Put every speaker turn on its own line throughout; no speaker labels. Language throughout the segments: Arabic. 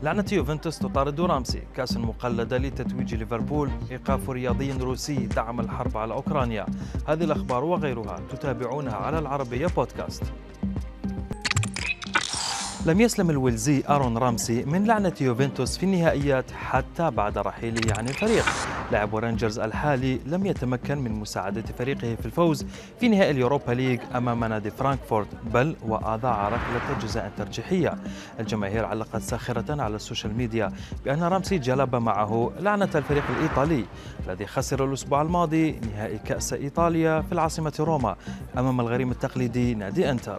لعنة يوفنتوس تطارد رامسي، كأس مقلدة لتتويج ليفربول، إيقاف رياضي روسي دعم الحرب على أوكرانيا. هذه الأخبار وغيرها تتابعونها على العربية بودكاست. لم يسلم الويلزي آرون رامسي من لعنة يوفنتوس في النهائيات حتى بعد رحيله عن الفريق. لاعب رينجرز الحالي لم يتمكن من مساعدة فريقه في الفوز في نهائي اليوروبا ليج أمام نادي فرانكفورت، بل وأضاع ركلة جزاء ترجيحية. الجماهير علقت ساخرة على السوشيال ميديا بأن رامسي جلب معه لعنة الفريق الإيطالي الذي خسر الأسبوع الماضي نهائي كأس إيطاليا في العاصمة روما أمام الغريم التقليدي نادي إنتر.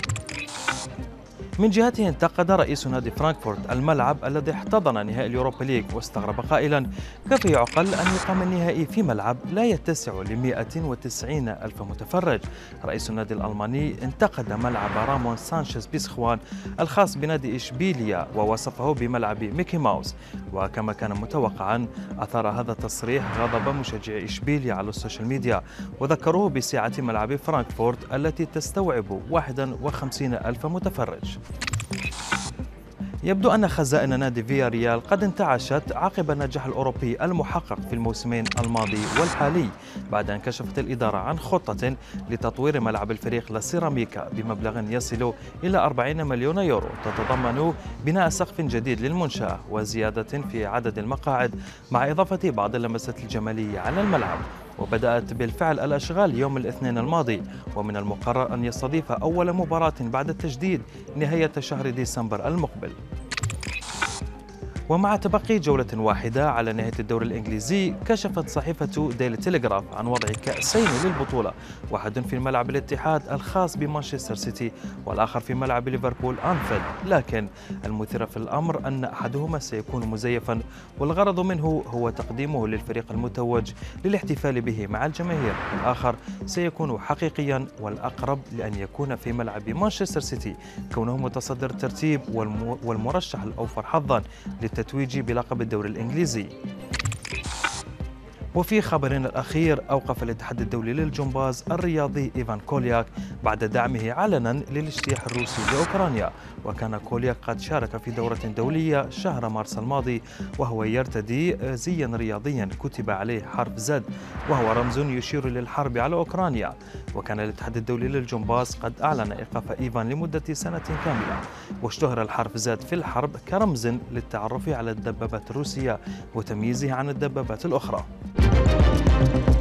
من جهته انتقد رئيس نادي فرانكفورت الملعب الذي احتضن نهائي اليوروبا ليج، واستغرب قائلا: كيف يعقل أن يقام النهائي في ملعب لا يتسع ل 190 ألف متفرج؟ رئيس النادي الألماني انتقد ملعب رامون سانشيز بيسخوان الخاص بنادي إشبيليا ووصفه بملعب ميكي ماوس. وكما كان متوقعا أثار هذا التصريح غضب مشجعي إشبيليا على السوشيال ميديا، وذكروه بسعة ملعب فرانكفورت التي تستوعب 51 ألف متفرج. يبدو أن خزائن نادي فياريال قد انتعشت عقب النجاح الأوروبي المحقق في الموسمين الماضي والحالي، بعد أن كشفت الإدارة عن خطة لتطوير ملعب الفريق لاسيراميكا بمبلغ يصل إلى 40 مليون يورو، تتضمن بناء سقف جديد للمنشأة وزيادة في عدد المقاعد مع إضافة بعض اللمسات الجمالية على الملعب. وبدأت بالفعل الأشغال يوم الاثنين الماضي، ومن المقرر أن يستضيف أول مباراة بعد التجديد نهاية شهر ديسمبر المقبل. ومع تبقي جولة واحدة على نهاية الدوري الإنجليزي، كشفت صحيفة ديلي تيليغراف عن وضع كأسين للبطولة، واحد في ملعب الاتحاد الخاص بمانشستر سيتي والآخر في ملعب ليفربول أنفيلد، لكن المثير في الأمر أن أحدهما سيكون مزيفا والغرض منه هو تقديمه للفريق المتوج للاحتفال به مع الجماهير، والآخر سيكون حقيقيا والأقرب لأن يكون في ملعب مانشستر سيتي كونه متصدر الترتيب والمرشح الأوفر حظا للتتويج بلقب الدوري الإنجليزي. وفي خبرنا الأخير، أوقف الاتحاد الدولي للجمباز الرياضي إيفان كولياك بعد دعمه علنا للاجتياح الروسي لأوكرانيا، وكان كولياك قد شارك في دورة دولية شهر مارس الماضي وهو يرتدي زيا رياضيا كتب عليه حرف زد وهو رمز يشير للحرب على أوكرانيا. وكان الاتحاد الدولي للجمباز قد أعلن إيقاف إيفان لمدة سنة كاملة، واشتهر الحرف زد في الحرب كرمز للتعرف على الدبابات الروسية وتمييزها عن الدبابات الأخرى.